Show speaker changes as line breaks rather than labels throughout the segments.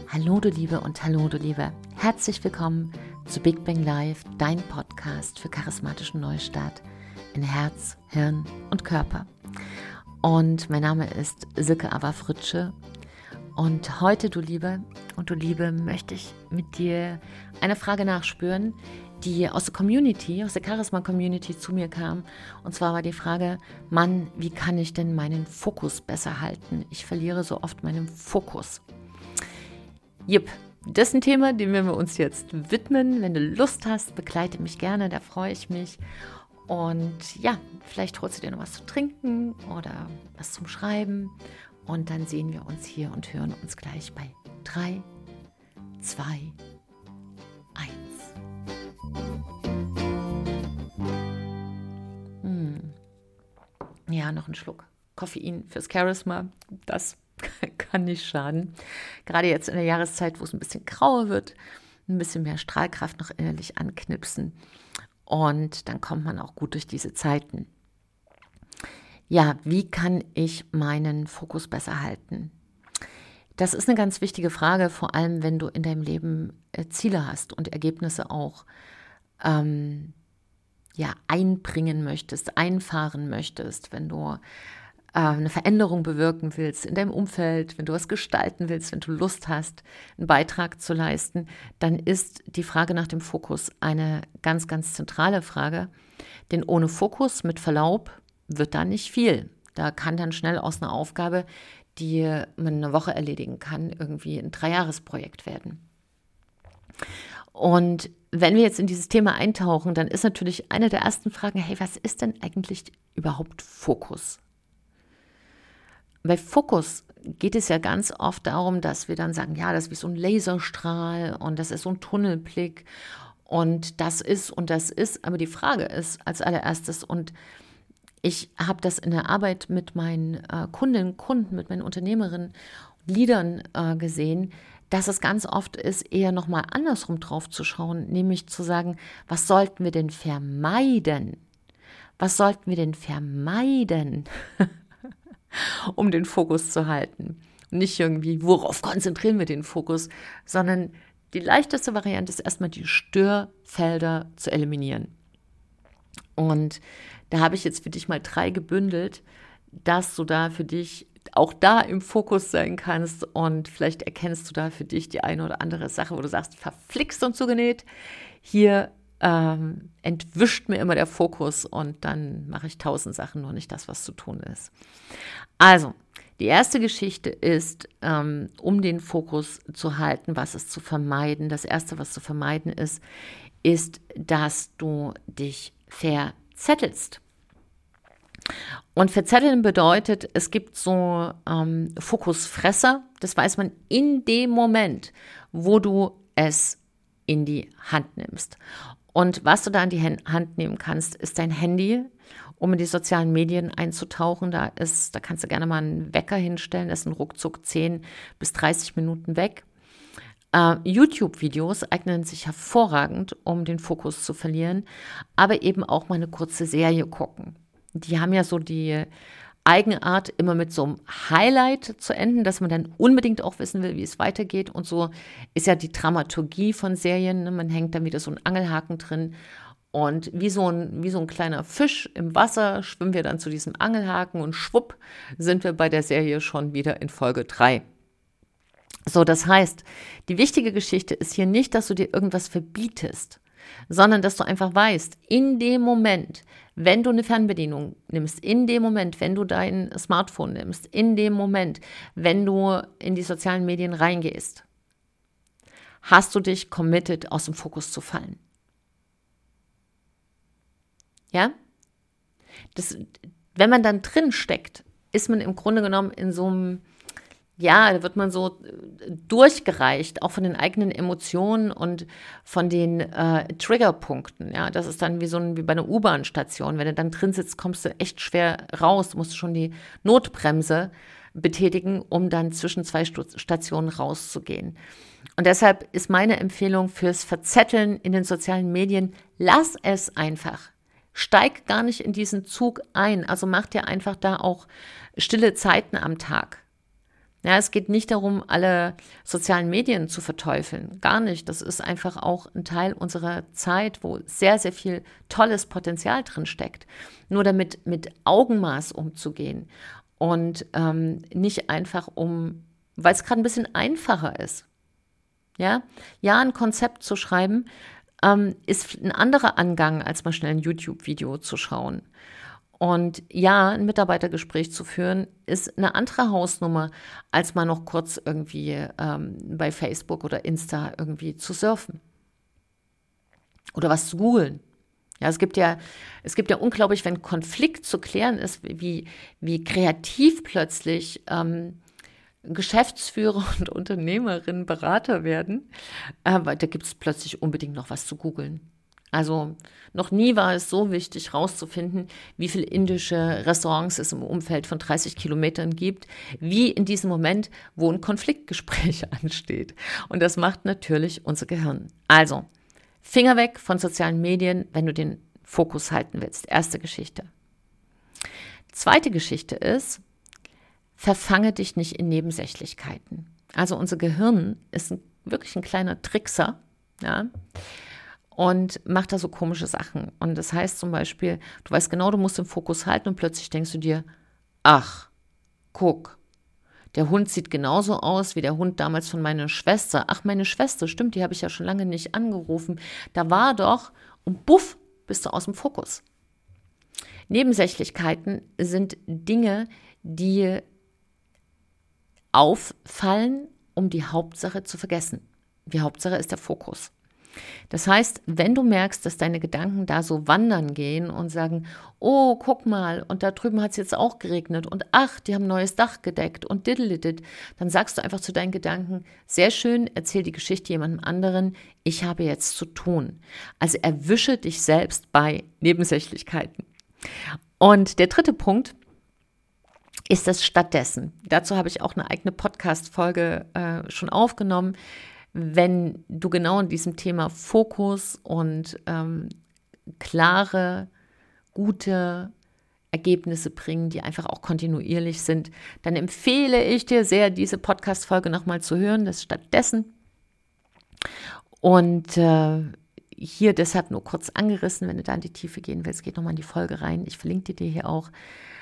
Hallo du Liebe und hallo du Liebe. Herzlich willkommen zu Big Bang Live, dein Podcast für charismatischen Neustart in Herz, Hirn und Körper. Und mein Name ist Silke Ava-Fritsche und heute, du Liebe und du Liebe, möchte ich mit dir eine Frage nachspüren, die aus der Community, aus der Charisma-Community zu mir kam. Und zwar war die Frage, Mann, wie kann ich denn meinen Fokus besser halten? Ich verliere so oft meinen Fokus. Das ist ein Thema, dem wir uns jetzt widmen. Wenn du Lust hast, begleite mich gerne, da freue ich mich. Und ja, vielleicht holst du dir noch was zu trinken oder was zum Schreiben. Und dann sehen wir uns hier und hören uns gleich bei 3, 2, 1. Ja, noch ein Schluck Koffein fürs Charisma. Das kann nicht schaden. Gerade jetzt in der Jahreszeit, wo es ein bisschen grauer wird, ein bisschen mehr Strahlkraft noch innerlich anknipsen. Und dann kommt man auch gut durch diese Zeiten. Ja, wie kann ich meinen Fokus besser halten? Das ist eine ganz wichtige Frage, vor allem wenn du in deinem Leben Ziele hast und Ergebnisse auch einbringen möchtest, einfahren möchtest, wenn du eine Veränderung bewirken willst in deinem Umfeld, wenn du was gestalten willst, wenn du Lust hast, einen Beitrag zu leisten, dann ist die Frage nach dem Fokus eine ganz, ganz zentrale Frage. Denn ohne Fokus, mit Verlaub, wird da nicht viel. Da kann dann schnell aus einer Aufgabe, die man eine Woche erledigen kann, irgendwie ein 3-Jahres-Projekt werden. Und wenn wir jetzt in dieses Thema eintauchen, dann ist natürlich eine der ersten Fragen, hey, was ist denn eigentlich überhaupt Fokus? Bei Fokus geht es ja ganz oft darum, dass wir dann sagen, ja, das ist wie so ein Laserstrahl und das ist so ein Tunnelblick und das ist, aber die Frage ist als allererstes, und ich habe das in der Arbeit mit meinen Kundinnen, Kunden, mit meinen Unternehmerinnen, Leadern gesehen, dass es ganz oft ist, eher nochmal andersrum drauf zu schauen, nämlich zu sagen, was sollten wir denn vermeiden? Was sollten wir denn vermeiden? Um den Fokus zu halten. Und nicht irgendwie, worauf konzentrieren wir den Fokus, sondern die leichteste Variante ist erstmal die Störfelder zu eliminieren. Und da habe ich jetzt für dich mal 3 gebündelt, dass du da für dich auch da im Fokus sein kannst und vielleicht erkennst du da für dich die eine oder andere Sache, wo du sagst, verflixt und zugenäht, hier entwischt mir immer der Fokus und dann mache ich 1000 Sachen, nur nicht das, was zu tun ist. Also, die erste Geschichte ist, um den Fokus zu halten, was ist zu vermeiden. Das Erste, was zu vermeiden ist, dass du dich verzettelst. Und verzetteln bedeutet, es gibt so Fokusfresser, das weiß man in dem Moment, wo du es in die Hand nimmst. Und was du da in die Hand nehmen kannst, ist dein Handy, um in die sozialen Medien einzutauchen. Da kannst du gerne mal einen Wecker hinstellen, das sind ruckzuck 10 bis 30 Minuten weg. YouTube-Videos eignen sich hervorragend, um den Fokus zu verlieren, aber eben auch mal eine kurze Serie gucken. Die haben ja so die Eigenart, immer mit so einem Highlight zu enden, dass man dann unbedingt auch wissen will, wie es weitergeht. Und so ist ja die Dramaturgie von Serien. Ne? Man hängt dann wieder so einen Angelhaken drin. Und wie so ein kleiner Fisch im Wasser schwimmen wir dann zu diesem Angelhaken und schwupp sind wir bei der Serie schon wieder in Folge 3. So, das heißt, die wichtige Geschichte ist hier nicht, dass du dir irgendwas verbietest, sondern dass du einfach weißt, in dem Moment, wenn du eine Fernbedienung nimmst, in dem Moment, wenn du dein Smartphone nimmst, in dem Moment, wenn du in die sozialen Medien reingehst, hast du dich committed, aus dem Fokus zu fallen. Ja? Wenn man dann drin steckt, ist man im Grunde genommen in so einem, da wird man so durchgereicht, auch von den eigenen Emotionen und von den Triggerpunkten. Ja, das ist dann wie bei einer U-Bahn-Station. Wenn du dann drin sitzt, kommst du echt schwer raus. Du musst schon die Notbremse betätigen, um dann zwischen 2 Stationen rauszugehen. Und deshalb ist meine Empfehlung fürs Verzetteln in den sozialen Medien, lass es einfach. Steig gar nicht in diesen Zug ein. Also mach dir einfach da auch stille Zeiten am Tag. Ja, es geht nicht darum, alle sozialen Medien zu verteufeln. Gar nicht. Das ist einfach auch ein Teil unserer Zeit, wo sehr, sehr viel tolles Potenzial drin steckt. Nur damit mit Augenmaß umzugehen und nicht einfach weil es gerade ein bisschen einfacher ist. Ja, ein Konzept zu schreiben, ist ein anderer Angang, als mal schnell ein YouTube-Video zu schauen. Und ja, ein Mitarbeitergespräch zu führen, ist eine andere Hausnummer, als mal noch kurz irgendwie bei Facebook oder Insta irgendwie zu surfen oder was zu googeln. Ja, es gibt ja unglaublich, wenn Konflikt zu klären ist, wie kreativ plötzlich Geschäftsführer und Unternehmerinnen Berater werden, weil da gibt es plötzlich unbedingt noch was zu googeln. Also noch nie war es so wichtig, rauszufinden, wie viele indische Restaurants es im Umfeld von 30 Kilometern gibt, wie in diesem Moment, wo ein Konfliktgespräch ansteht. Und das macht natürlich unser Gehirn. Also, Finger weg von sozialen Medien, wenn du den Fokus halten willst. Erste Geschichte. Zweite Geschichte ist, verfange dich nicht in Nebensächlichkeiten. Also unser Gehirn ist wirklich ein kleiner Trickser, ja, und macht da so komische Sachen. Und das heißt zum Beispiel, du weißt genau, du musst den Fokus halten und plötzlich denkst du dir, ach, guck, der Hund sieht genauso aus wie der Hund damals von meiner Schwester. Ach, meine Schwester, stimmt, die habe ich ja schon lange nicht angerufen. Da war doch, und buff, bist du aus dem Fokus. Nebensächlichkeiten sind Dinge, die auffallen, um die Hauptsache zu vergessen. Die Hauptsache ist der Fokus. Das heißt, wenn du merkst, dass deine Gedanken da so wandern gehen und sagen, oh, guck mal, und da drüben hat es jetzt auch geregnet und ach, die haben ein neues Dach gedeckt und diddledid, dann sagst du einfach zu deinen Gedanken, sehr schön, erzähl die Geschichte jemandem anderen, ich habe jetzt zu tun. Also erwische dich selbst bei Nebensächlichkeiten. Und der dritte Punkt ist das stattdessen. Dazu habe ich auch eine eigene Podcast-Folge schon aufgenommen. Wenn du genau in diesem Thema Fokus und klare, gute Ergebnisse bringen, die einfach auch kontinuierlich sind, dann empfehle ich dir sehr, diese Podcast-Folge nochmal zu hören, das stattdessen. Und hier deshalb nur kurz angerissen, wenn du da in die Tiefe gehen willst, geht nochmal in die Folge rein. Ich verlinke dir hier auch,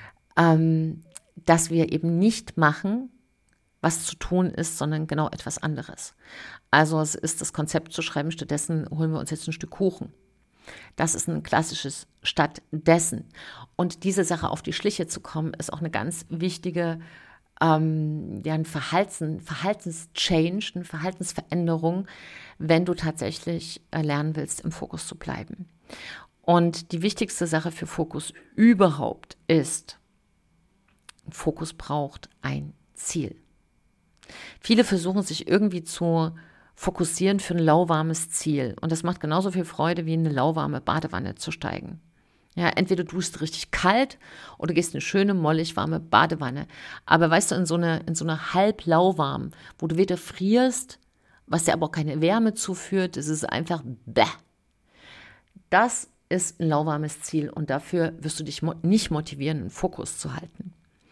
dass wir eben nicht machen, was zu tun ist, sondern genau etwas anderes. Also es ist das Konzept zu schreiben, stattdessen holen wir uns jetzt ein Stück Kuchen. Das ist ein klassisches stattdessen. Und diese Sache auf die Schliche zu kommen, ist auch eine ganz wichtige ein Verhaltenschange, eine Verhaltensveränderung, wenn du tatsächlich lernen willst, im Fokus zu bleiben. Und die wichtigste Sache für Fokus überhaupt ist, Fokus braucht ein Ziel. Viele versuchen sich irgendwie zu fokussieren für ein lauwarmes Ziel. Und das macht genauso viel Freude, wie in eine lauwarme Badewanne zu steigen. Ja, entweder du duschst richtig kalt oder gehst in eine schöne, mollig warme Badewanne. Aber weißt du, in so einer halb lauwarm, wo du weder frierst, was dir aber auch keine Wärme zuführt, es ist einfach bäh. Das ist ein lauwarmes Ziel und dafür wirst du dich nicht motivieren, einen Fokus zu halten.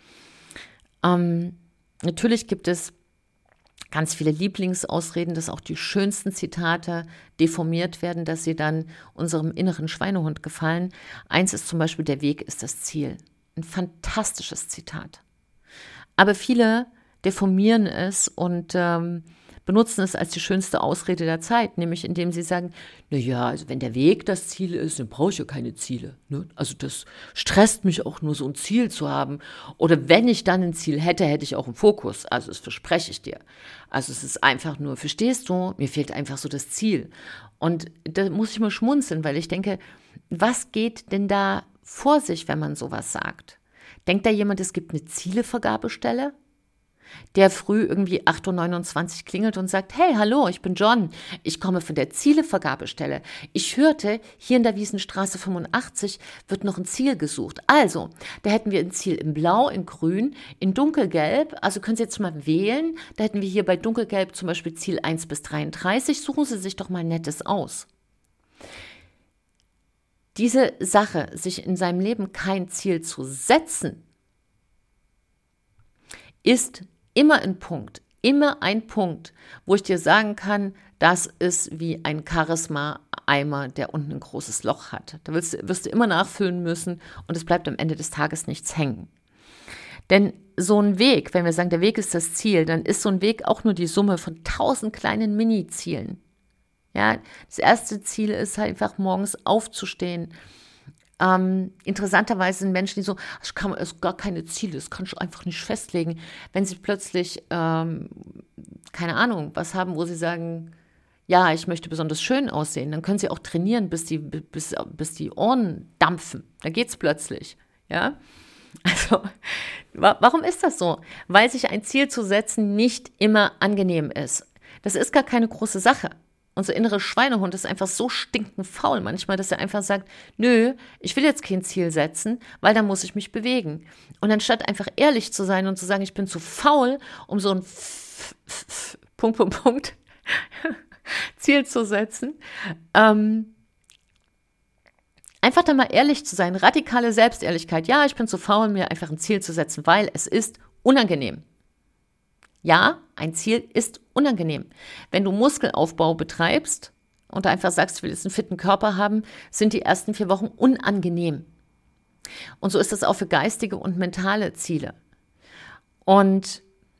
Natürlich gibt es ganz viele Lieblingsausreden, dass auch die schönsten Zitate deformiert werden, dass sie dann unserem inneren Schweinehund gefallen. Eins ist zum Beispiel, der Weg ist das Ziel. Ein fantastisches Zitat. Aber viele deformieren es und benutzen es als die schönste Ausrede der Zeit, nämlich indem sie sagen, naja, also wenn der Weg das Ziel ist, dann brauche ich ja keine Ziele. Ne? Also das stresst mich auch nur, so ein Ziel zu haben. Oder wenn ich dann ein Ziel hätte, hätte ich auch einen Fokus. Also das verspreche ich dir. Also es ist einfach nur, verstehst du, mir fehlt einfach so das Ziel. Und da muss ich mal schmunzeln, weil ich denke, was geht denn da vor sich, wenn man sowas sagt? Denkt da jemand, es gibt eine Zielevergabestelle? Der früh irgendwie 8.29 Uhr klingelt und sagt, hey, hallo, ich bin John, ich komme von der Zielevergabestelle. Ich hörte, hier in der Wiesenstraße 85 wird noch ein Ziel gesucht. Also, da hätten wir ein Ziel in Blau, in Grün, in Dunkelgelb, also können Sie jetzt mal wählen. Da hätten wir hier bei Dunkelgelb zum Beispiel Ziel 1 bis 33, suchen Sie sich doch mal ein nettes aus. Diese Sache, sich in seinem Leben kein Ziel zu setzen, ist immer ein Punkt, wo ich dir sagen kann, das ist wie ein Charisma-Eimer, der unten ein großes Loch hat. Da wirst du immer nachfüllen müssen und es bleibt am Ende des Tages nichts hängen. Denn so ein Weg, wenn wir sagen, der Weg ist das Ziel, dann ist so ein Weg auch nur die Summe von 1000 kleinen Mini-Zielen. Ja, das erste Ziel ist halt einfach morgens aufzustehen. Interessanterweise sind Menschen, die so, es ist gar keine Ziele, das kannst du einfach nicht festlegen. Wenn sie plötzlich, keine Ahnung, was haben, wo sie sagen, ja, ich möchte besonders schön aussehen, dann können sie auch trainieren, bis die Ohren dampfen. Da geht's plötzlich, ja. Also, warum ist das so? Weil sich ein Ziel zu setzen nicht immer angenehm ist. Das ist gar keine große Sache. Unser innerer Schweinehund ist einfach so stinkend faul manchmal, dass er einfach sagt, nö, ich will jetzt kein Ziel setzen, weil dann muss ich mich bewegen. Und anstatt einfach ehrlich zu sein und zu sagen, ich bin zu faul, um so ein Ziel zu setzen, einfach da mal ehrlich zu sein, radikale Selbstehrlichkeit. Ja, ich bin zu faul, mir einfach ein Ziel zu setzen, weil es ist unangenehm. Ja, ein Ziel ist unangenehm. Wenn du Muskelaufbau betreibst und einfach sagst, ich will jetzt einen fitten Körper haben, sind die ersten 4 Wochen unangenehm. Und so ist das auch für geistige und mentale Ziele. Und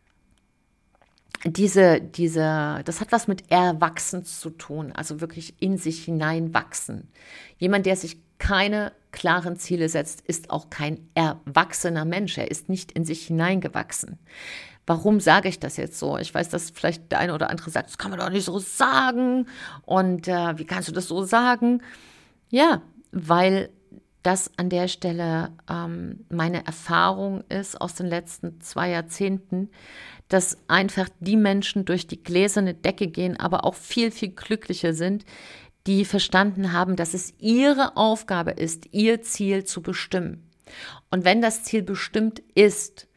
das hat was mit Erwachsen zu tun, also wirklich in sich hineinwachsen. Jemand, der sich keine klaren Ziele setzt, ist auch kein erwachsener Mensch. Er ist nicht in sich hineingewachsen. Warum sage ich das jetzt so? Ich weiß, dass vielleicht der eine oder andere sagt, das kann man doch nicht so sagen. Und wie kannst du das so sagen? Ja, weil das an der Stelle meine Erfahrung ist aus den letzten 2 Jahrzehnten, dass einfach die Menschen durch die gläserne Decke gehen, aber auch viel, viel glücklicher sind, die verstanden haben, dass es ihre Aufgabe ist, ihr Ziel zu bestimmen. Und wenn das Ziel bestimmt ist,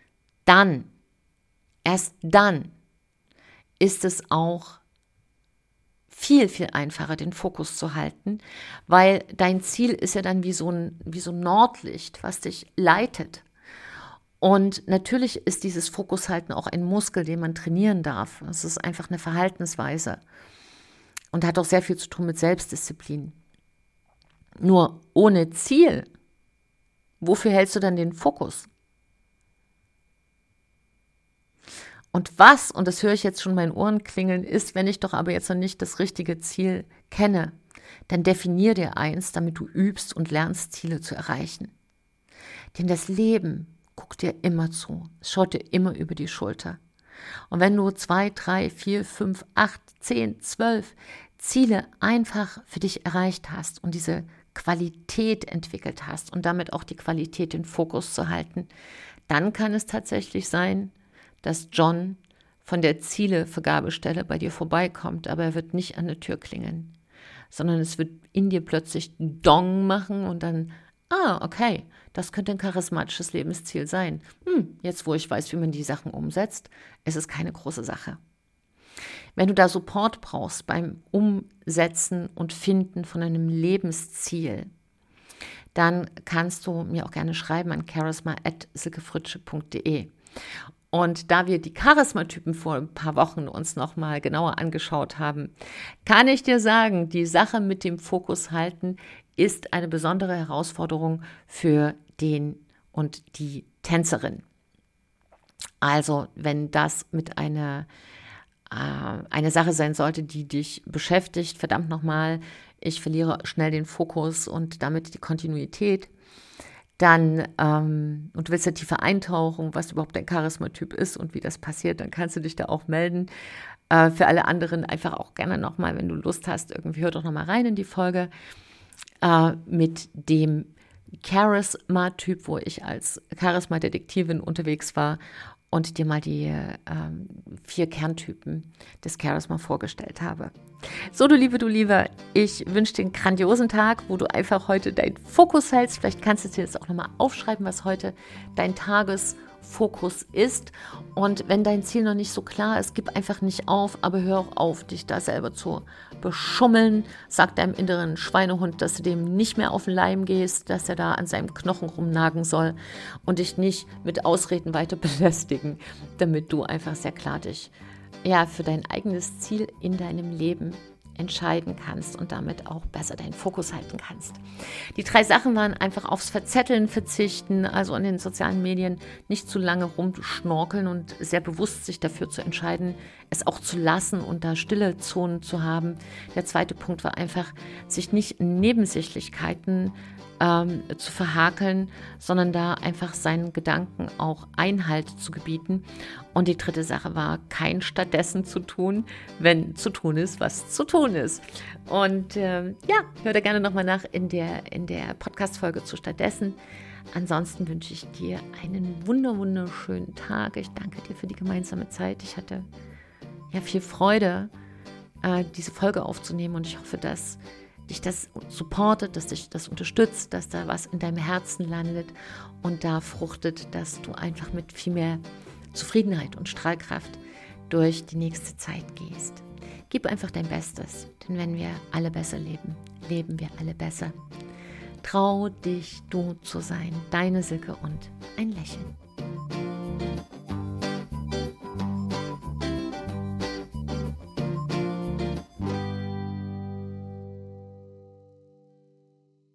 erst dann ist es auch viel, viel einfacher, den Fokus zu halten, weil dein Ziel ist ja dann wie so ein Nordlicht, was dich leitet. Und natürlich ist dieses Fokushalten auch ein Muskel, den man trainieren darf. Es ist einfach eine Verhaltensweise und hat auch sehr viel zu tun mit Selbstdisziplin. Nur ohne Ziel, wofür hältst du dann den Fokus? Und das höre ich jetzt schon in meinen Ohren klingeln, ist, wenn ich doch aber jetzt noch nicht das richtige Ziel kenne, dann definier dir eins, damit du übst und lernst, Ziele zu erreichen. Denn das Leben guckt dir immer zu, es schaut dir immer über die Schulter. Und wenn du 2, 3, 4, 5, 8, 10, 12 Ziele einfach für dich erreicht hast und diese Qualität entwickelt hast und damit auch die Qualität, den Fokus zu halten, dann kann es tatsächlich sein, dass John von der Zielevergabestelle bei dir vorbeikommt, aber er wird nicht an der Tür klingeln, sondern es wird in dir plötzlich Dong machen und dann, okay, das könnte ein charismatisches Lebensziel sein. Jetzt, wo ich weiß, wie man die Sachen umsetzt, ist es keine große Sache. Wenn du da Support brauchst beim Umsetzen und Finden von einem Lebensziel, dann kannst du mir auch gerne schreiben an charisma@silkefritsche.de. Und da wir die Charismatypen vor ein paar Wochen uns nochmal genauer angeschaut haben, kann ich dir sagen, die Sache mit dem Fokus halten ist eine besondere Herausforderung für den und die Tänzerin. Also wenn das mit eine Sache sein sollte, die dich beschäftigt, verdammt nochmal, ich verliere schnell den Fokus und damit die Kontinuität, dann, und du willst ja tiefer eintauchen, was überhaupt dein Charismatyp ist und wie das passiert, dann kannst du dich da auch melden. Für alle anderen einfach auch gerne nochmal, wenn du Lust hast, irgendwie hör doch nochmal rein in die Folge mit dem Charisma-Typ, wo ich als Charisma-Detektivin unterwegs war und dir mal die 4 Kerntypen des Charisma vorgestellt habe. So, du Lieber, ich wünsche dir einen grandiosen Tag, wo du einfach heute deinen Fokus hältst. Vielleicht kannst du dir jetzt auch nochmal aufschreiben, was heute dein Tagesfokus Fokus ist. Und wenn dein Ziel noch nicht so klar ist, gib einfach nicht auf, aber hör auch auf, dich da selber zu beschummeln. Sag deinem inneren Schweinehund, dass du dem nicht mehr auf den Leim gehst, dass er da an seinem Knochen rumnagen soll und dich nicht mit Ausreden weiter belästigen, damit du einfach sehr klar dich für dein eigenes Ziel in deinem Leben entscheiden kannst und damit auch besser deinen Fokus halten kannst. Die 3 Sachen waren einfach aufs Verzetteln verzichten, also in den sozialen Medien nicht zu lange rumschnorkeln und sehr bewusst sich dafür zu entscheiden, es auch zu lassen und da stille Zonen zu haben. Der 2. Punkt war einfach, sich nicht in Nebensächlichkeiten zu verhakeln, sondern da einfach seinen Gedanken auch Einhalt zu gebieten. Und die 3. Sache war, kein stattdessen zu tun, wenn zu tun ist, was zu tun ist. Und hör da gerne nochmal nach in der Podcast-Folge zu stattdessen. Ansonsten wünsche ich dir einen wunderschönen Tag. Ich danke dir für die gemeinsame Zeit. Ich hatte viel Freude, diese Folge aufzunehmen und ich hoffe, dass dich das supportet, dass dich das unterstützt, dass da was in deinem Herzen landet und da fruchtet, dass du einfach mit viel mehr Zufriedenheit und Strahlkraft durch die nächste Zeit gehst. Gib einfach dein Bestes, denn wenn wir alle besser leben, leben wir alle besser. Trau dich, du zu sein, deine Silke und ein Lächeln.